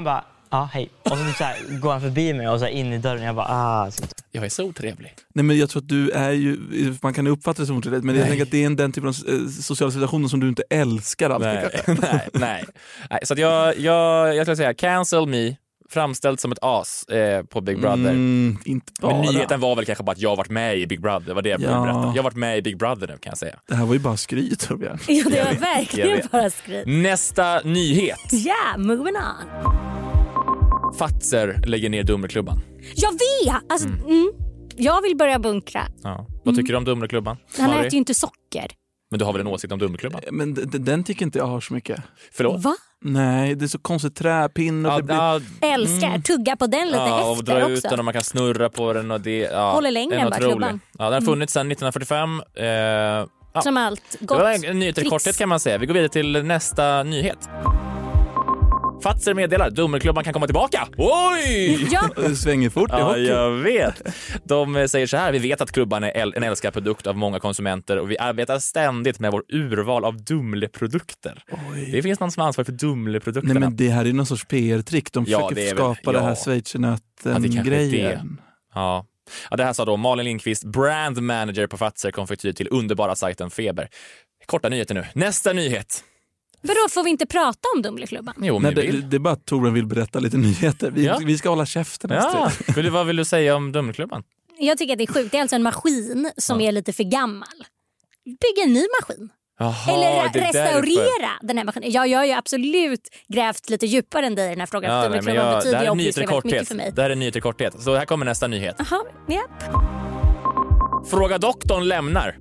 Ja, hej. Och så, så här, går han förbi mig och så här, in i dörren. Jag bara, Jag är så otrevlig. Nej, men jag tror att du är ju, man kan uppfatta det som otrevligt, men jag tänker att det är den typen av sociala situationer som du inte älskar alltid. Nej. Så att jag skulle säga cancel me, framställt som ett as på Big Brother. Inte bara. Men nyheten var väl kanske bara att jag har varit med i Big Brother. Det var det jag berättade. Jag har varit med i Big Brother nu, kan jag säga. Det här var ju bara skryt, Torbjörn. Ja, det var verkligen bara skryt. Nästa nyhet. Ja, moving on. Fatser lägger ner Dumleklubban. Jag vet! Alltså, jag vill börja bunkra. Ja. Vad tycker du om Dumleklubban? Han äter ju inte socker. Men du har väl en åsikt om Dumleklubban? Men den tycker inte jag har så mycket. Förlåt? Va? Nej, det är så konstigt träpinn. Och Älskar, tugga på den lite efter och dra ut också. den och man kan snurra på den. Och det, håller längre än bara klubban. Ja, den har funnits sedan 1945. Som allt gott. Det var en nyhet i korthet kan man säga. Vi går vidare till nästa nyhet. Fatser meddelar, Dumleklubban kan komma tillbaka. Oj! Ja. Det svänger fort. Ja, jag vet. De säger så här, vi vet att klubban är en älskad produkt av många konsumenter och vi arbetar ständigt med vår urval av Dumleprodukter. Oj. Det finns någon som är ansvarig för Dumleprodukterna. Nej, men det här är någon sorts PR-trick. De försöker skapa det här schweizernöt-grejen. Ja. Ja, det här sa då Malin Lindqvist, brand manager på Fatser konfektyr till underbara sajten Feber. Korta nyheter nu. Nästa nyhet. Vadå, får vi inte prata om Dumleklubban? Jo, nej, det är bara att Torbjörn vill berätta lite nyheter. Vi ska hålla käften. Ja. Vad vill du säga om Dumleklubban? Jag tycker att det är sjukt. Det är alltså en maskin som är lite för gammal. Bygg en ny maskin. Aha, eller restaurera den här maskinen. Jag har ju absolut grävt lite djupare än dig i den här frågan. Ja, Dumleklubban betyder ju väldigt mycket för mig. Det här är en nyhet i korthet. Så här kommer nästa nyhet. Aha, ja. Fråga doktorn lämnar.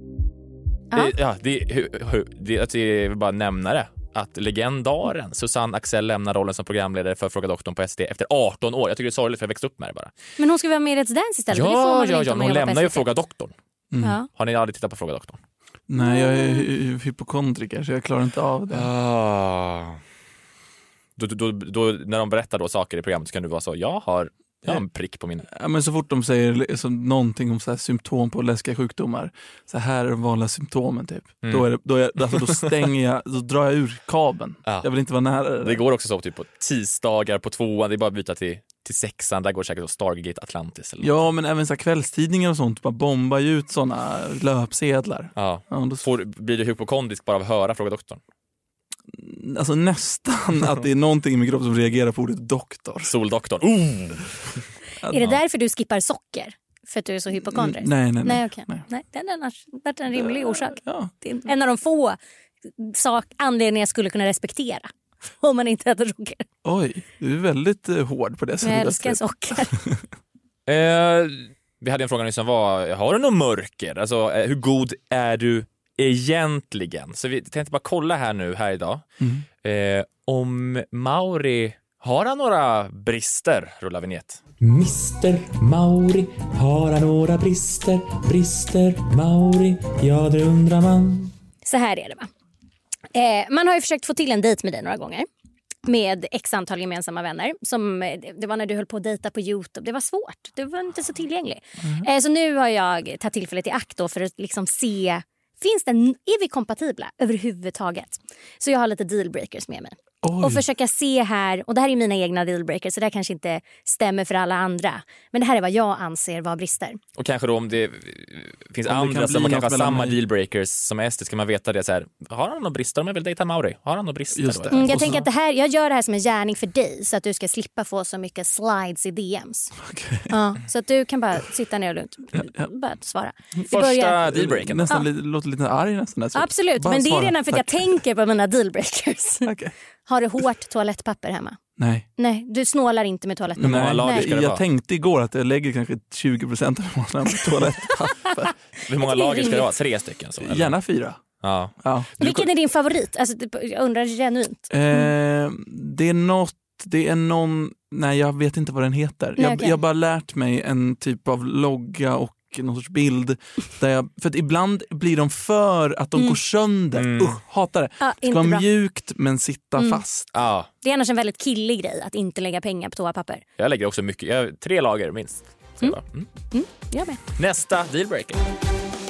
Jag vill bara nämna det. Att legendaren Susanne Axel lämnar rollen som programledare för Fråga doktorn på ST efter 18 år. Jag tycker det är sorgligt för jag växte upp med det bara. Men hon ska vara med i Let's Dance istället. Ja, men hon lämnar ju Fråga doktorn. Ja. Har ni aldrig tittat på Fråga doktorn? Nej, jag är hypokondriker så jag klarar inte av det. Då, när de berättar då saker i programmet så kan du vara så, jag har en prick på min... Ja, men så fort de säger någonting om så här symptom på läskiga sjukdomar, så här är de vanliga symptomen typ. Då stänger jag, då drar jag ur kabeln. Ja. Jag vill inte vara nära det går också så typ på tisdagar på 2:an, det är bara att byta till 6:an, där går säkert så Stargate Atlantis eller ja, men även så här kvällstidningar och sånt bara bombar ju ut såna löpsedlar. Ja. Blir du hypokondrisk bara av att höra Fråga doktorn? Alltså nästan att det är någonting i min kropp som reagerar på ordet doktor. Soldoktorn. Är det därför du skippar socker? För att du är så hypokondrisk? Nej. Okay. Nej, det är annars en rimlig orsak. Ja. Det är en av de få anledningar jag skulle kunna respektera. Om man inte äter socker. Oj, du är väldigt hård på det sättet. Jag älskar socker. Vi hade en fråga som var, har du något mörker? Alltså, hur god är du egentligen? Så vi tänkte bara kolla här idag. Om Mauri, har han några brister? Rullar vignett. Mr. Mauri, har han några brister Mauri, ja det undrar man. Så här är det, va? Man har ju försökt få till en dejt med dig några gånger. Med x antal gemensamma vänner. Det var när du höll på att dejta på YouTube. Det var svårt, du var inte så tillgänglig. Så nu har jag tagit tillfället i akt då för att liksom se, är vi kompatibla överhuvudtaget? Så jag har lite dealbreakers med mig. Oj. Och försöka se här, och det här är mina egna dealbreakers så det här kanske inte stämmer för alla andra. Men det här är vad jag anser var brister. Och kanske då om det finns andra som kanske har samma dealbreakers som Ester, ska man veta det så här, har han några brister om jag vill dejta Mauri? Har han några brister? Just det. Jag tänker att jag gör det här som en gärning för dig så att du ska slippa få så mycket slides i DMs. Okay. Ja, så att du kan bara sitta ner och lugnt bara svara. Första dealbreaken. Nästan låter lite arg nästan. Absolut, men det är redan för att jag tänker på mina dealbreakers. Okay. Har du hårt toalettpapper hemma? Nej, du snålar inte med toalettpapper. Nej. Jag tänkte igår att jag lägger kanske 20% av toalettpapper. Hur många lager ska det vara? 3 stycken? Så, eller? Gärna 4. Ja. Vilken är din favorit? Alltså, jag undrar genuint. Det är någon... Nej, jag vet inte vad den heter. Jag har bara lärt mig en typ av logga och någon sorts bild där för att ibland blir de för att de går sönder. Hatar det. Ja, ska vara mjukt men sitta fast. Ja. Det är annars en väldigt killig grej att inte lägga pengar på toapapper. Jag lägger också mycket. Jag har 3 lager minst. Jag med. Nästa dealbreaker.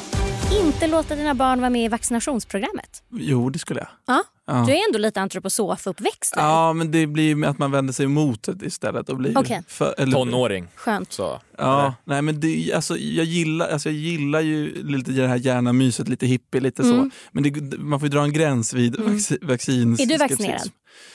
inte låta dina barn vara med i vaccinationsprogrammet? Jo, det skulle jag. Ja, Ja. du är ändå lite antroposof-uppväxt där. Ja, men det blir med att man vänder sig emot det istället. Och blir Okej. Tonåring. Skönt. Så. Ja, nej men det, jag gillar ju lite det här hjärnamyset, lite hippie, lite så. Men man får ju dra en gräns vid vaccin. Är du vaccinerad?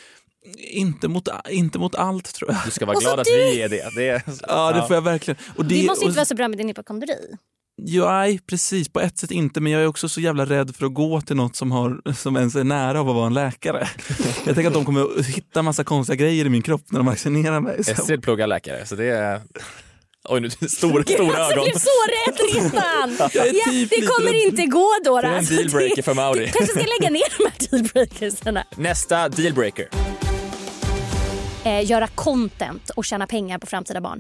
Inte mot allt, tror jag. Du ska vara glad att vi är det. Ja, det får jag verkligen. Och Du måste inte vara så bra med din hypokondri. Jo, nej, precis. På ett sätt inte, men jag är också så jävla rädd för att gå till något som ens är nära av att vara en läkare. Jag tänker att de kommer att hitta massa konstiga grejer i min kropp när de vaccinerar mig. Estrid pluggar läkare, så det är... Oj, nu stora ögon. Jag blev så rädd redan. Det kommer inte gå då. Det är en dealbreaker för Mauri. Du kanske ska lägga ner de här dealbreakersarna. Nästa dealbreaker. Göra content och tjäna pengar på framtida barn.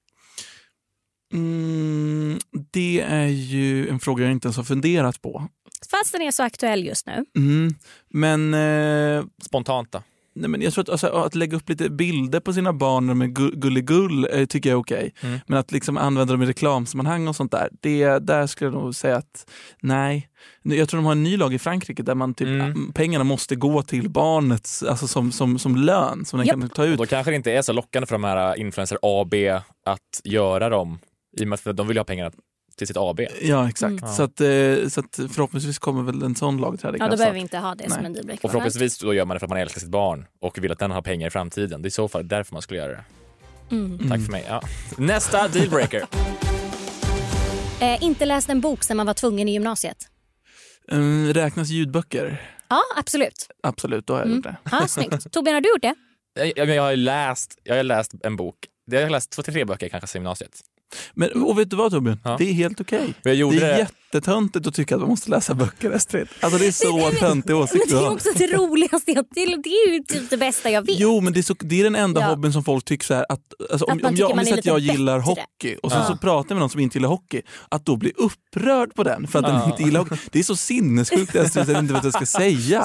Det är ju en fråga jag inte ens har funderat på. Fast den är så aktuell just nu. Men... Spontant då? Nej, men jag tror att lägga upp lite bilder på sina barn med gulligull tycker jag är okej. Men att liksom använda dem i reklamsammanhang och sånt där, där skulle jag nog säga att nej. Jag tror de har en ny lag i Frankrike där man typ, pengarna måste gå till barnet, alltså som lön som den kan ta ut. Då kanske det inte är så lockande för de här influencer AB att göra dem, i och med att de vill ha pengarna till sitt AB. Ja, exakt. Så att förhoppningsvis kommer väl en sån lag träda i kraft. Ja, då behöver vi inte ha det som en dealbreaker. Och förhoppningsvis då gör man det för att man älskar sitt barn och vill att den har pengar i framtiden. Det är i så fall därför man skulle göra det. Tack för mig. Ja. Nästa dealbreaker. Inte läst en bok sen man var tvungen i gymnasiet. Räknas ljudböcker? Ja, absolut. Absolut, då har jag gjort det. Ja, snyggt. Torbjörn, har du gjort det? Jag har läst en bok. Jag har läst 2-3 böcker kanske i gymnasiet. Men, och vet du vad, Torbjörn? Ja. Det är helt okej. Det är jättetöntigt att tycka att man måste läsa böcker, Estrid. Alltså det är så töntig åsikt du har. Men det är också det roligaste. Det är ju typ det bästa jag vet. Jo, men det är den enda hobbyn som folk tycker så här att, alltså, om jag gillar hockey och så pratar jag med någon som inte gillar hockey, att då bli upprörd på den för att den inte gillar hockey. Det är så sinnessjukt att jag inte vet vad jag ska säga.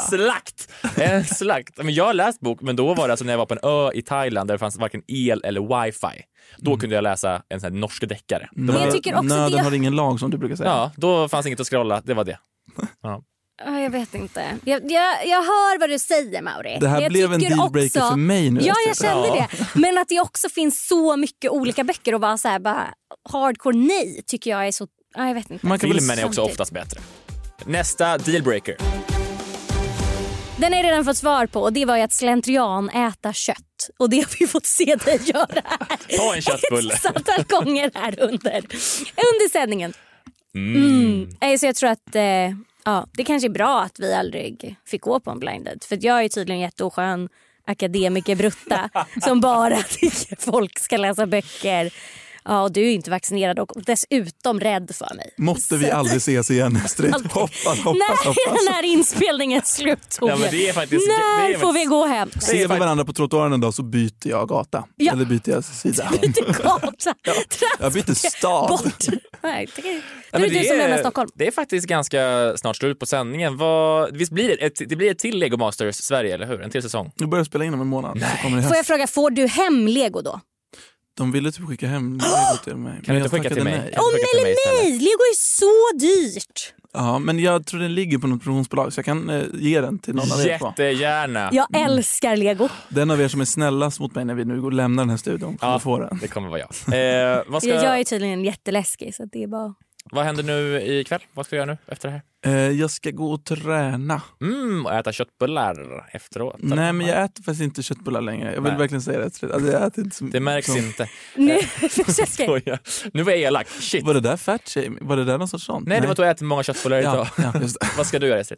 Slakt. Men jag har läst bok, men då var det alltså när jag var på en ö i Thailand där det fanns varken el eller wifi. Då kunde jag läsa en sån här norsk deckare. Nöden har ingen lag, som du brukar säga. Ja, då fanns inget att scrolla, det var det. Ja. Jag vet inte. Jag hör vad du säger, Mauri. Det här blev en dealbreaker för mig nu. Ja, jag kände det. Men att det också finns så mycket olika böcker och vara så här, bara hardcore nej tycker jag är så... Jag vet inte. Filmen är också oftast bättre. Nästa dealbreaker. Den har jag redan fått svar på, och det var ju att slentrian äta kött. Och det har vi fått se dig göra här. Ta en köttbulle. Ett antal gånger här under sändningen. Så jag tror att det kanske är bra att vi aldrig fick gå på en blinded. För jag är tydligen jätteoskön akademiker-brutta som bara tycker folk ska läsa böcker. Ja, och du är inte vaccinerad och dessutom rädd för mig. Måtte vi aldrig ses igen, Estrid. Hoppas. När den här inspelningen är slut, ja, men det är faktiskt, när får vi gå hem? Ser vi varandra på trottoaren en dag så byter jag gata. Ja. Eller byter jag sida. Du byter gata. Jag byter stad. Bort. Nej, det är du som lämnar Stockholm. Det är faktiskt ganska snart slut på sändningen. Visst blir det blir ett till Lego Masters Sverige, eller hur? En till säsong. Du börjar spela in om en månad. Får jag fråga, får du hem Lego då? De ville typ skicka hem Lego till mig. Kan du inte skicka till mig? Nej, Lego är så dyrt. Ja, men jag tror den ligger på något produktionsbolag så jag kan ge den till någon av er. Jättegärna. Jag älskar Lego. Den av er som är snällast mot mig när vi nu går och lämnar den här studion kommer få den. Det kommer vara jag. Jag är tydligen jätteläskig, så det är bara... Vad händer nu ikväll? Vad ska du göra nu efter det här? Jag ska gå och träna. Och äta köttbullar efteråt. Nej, men jag äter faktiskt inte köttbullar längre. Jag vill verkligen säga det. Alltså, jag äter inte så... Det märks inte. Nu var jag elak. Shit. Var det där fat shaming? Var det där någon sorts sånt? Nej, det var att jag äter många köttbullar idag. Ja, just det. Vad ska du göra, Estrid?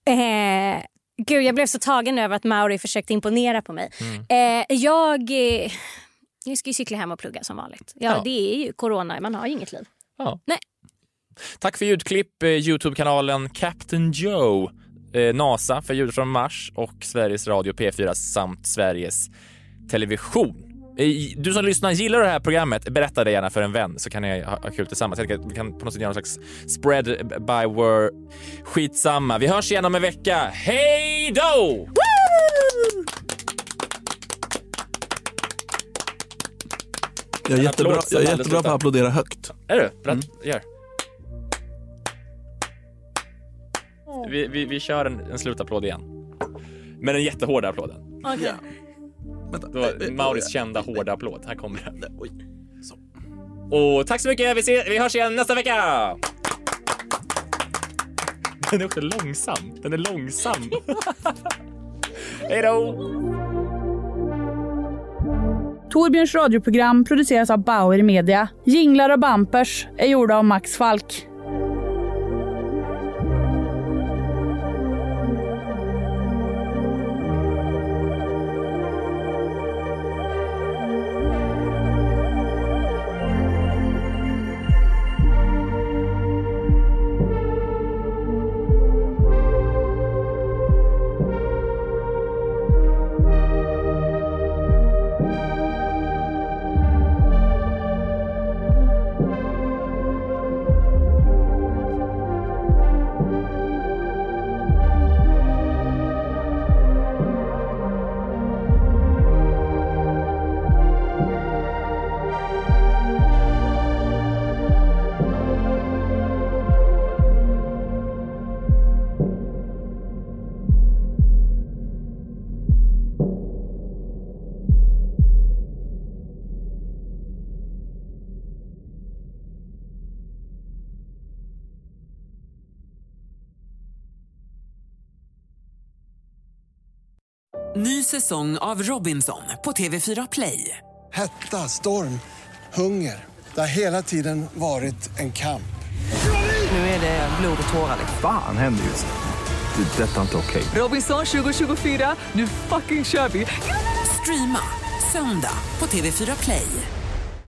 Gud, jag blev så tagen över att Mauri försökte imponera på mig. Jag ska ju cykla hem och plugga som vanligt. Ja, det är ju corona. Man har ju inget liv. Ja. Nej. Tack för ljudklipp, YouTube-kanalen Captain Joe, NASA för ljud från Mars och Sveriges Radio P4 samt Sveriges Television. Du som lyssnar, gillar det här programmet, berätta det gärna för en vän så kan ni ha kul tillsammans. Vi kan på något sätt göra någon slags spread by word. Skitsamma, vi hörs igen om en vecka. Hej då! Jag är jättebra på att applådera högt. Är du? Gör. Vi kör en slutapplåd igen. Men en jättehård applåden. Okej. Okay. Mauris kända hårda applåd. Här kommer den. Oj. Så. Och tack så mycket. Vi hörs igen nästa vecka. Den är också långsam. Hej då. Torbjörns radioprogram produceras av Bauer Media. Jinglar och bumpers är gjorda av Max Falk. Ny säsong av Robinson på TV4 Play. Hetta, storm, hunger. Det har hela tiden varit en kamp. Nu är det blod och tårar. Fan händer just det. Det är detta inte okej. Robinson 2024, nu fucking kör vi. Streama söndag på TV4 Play.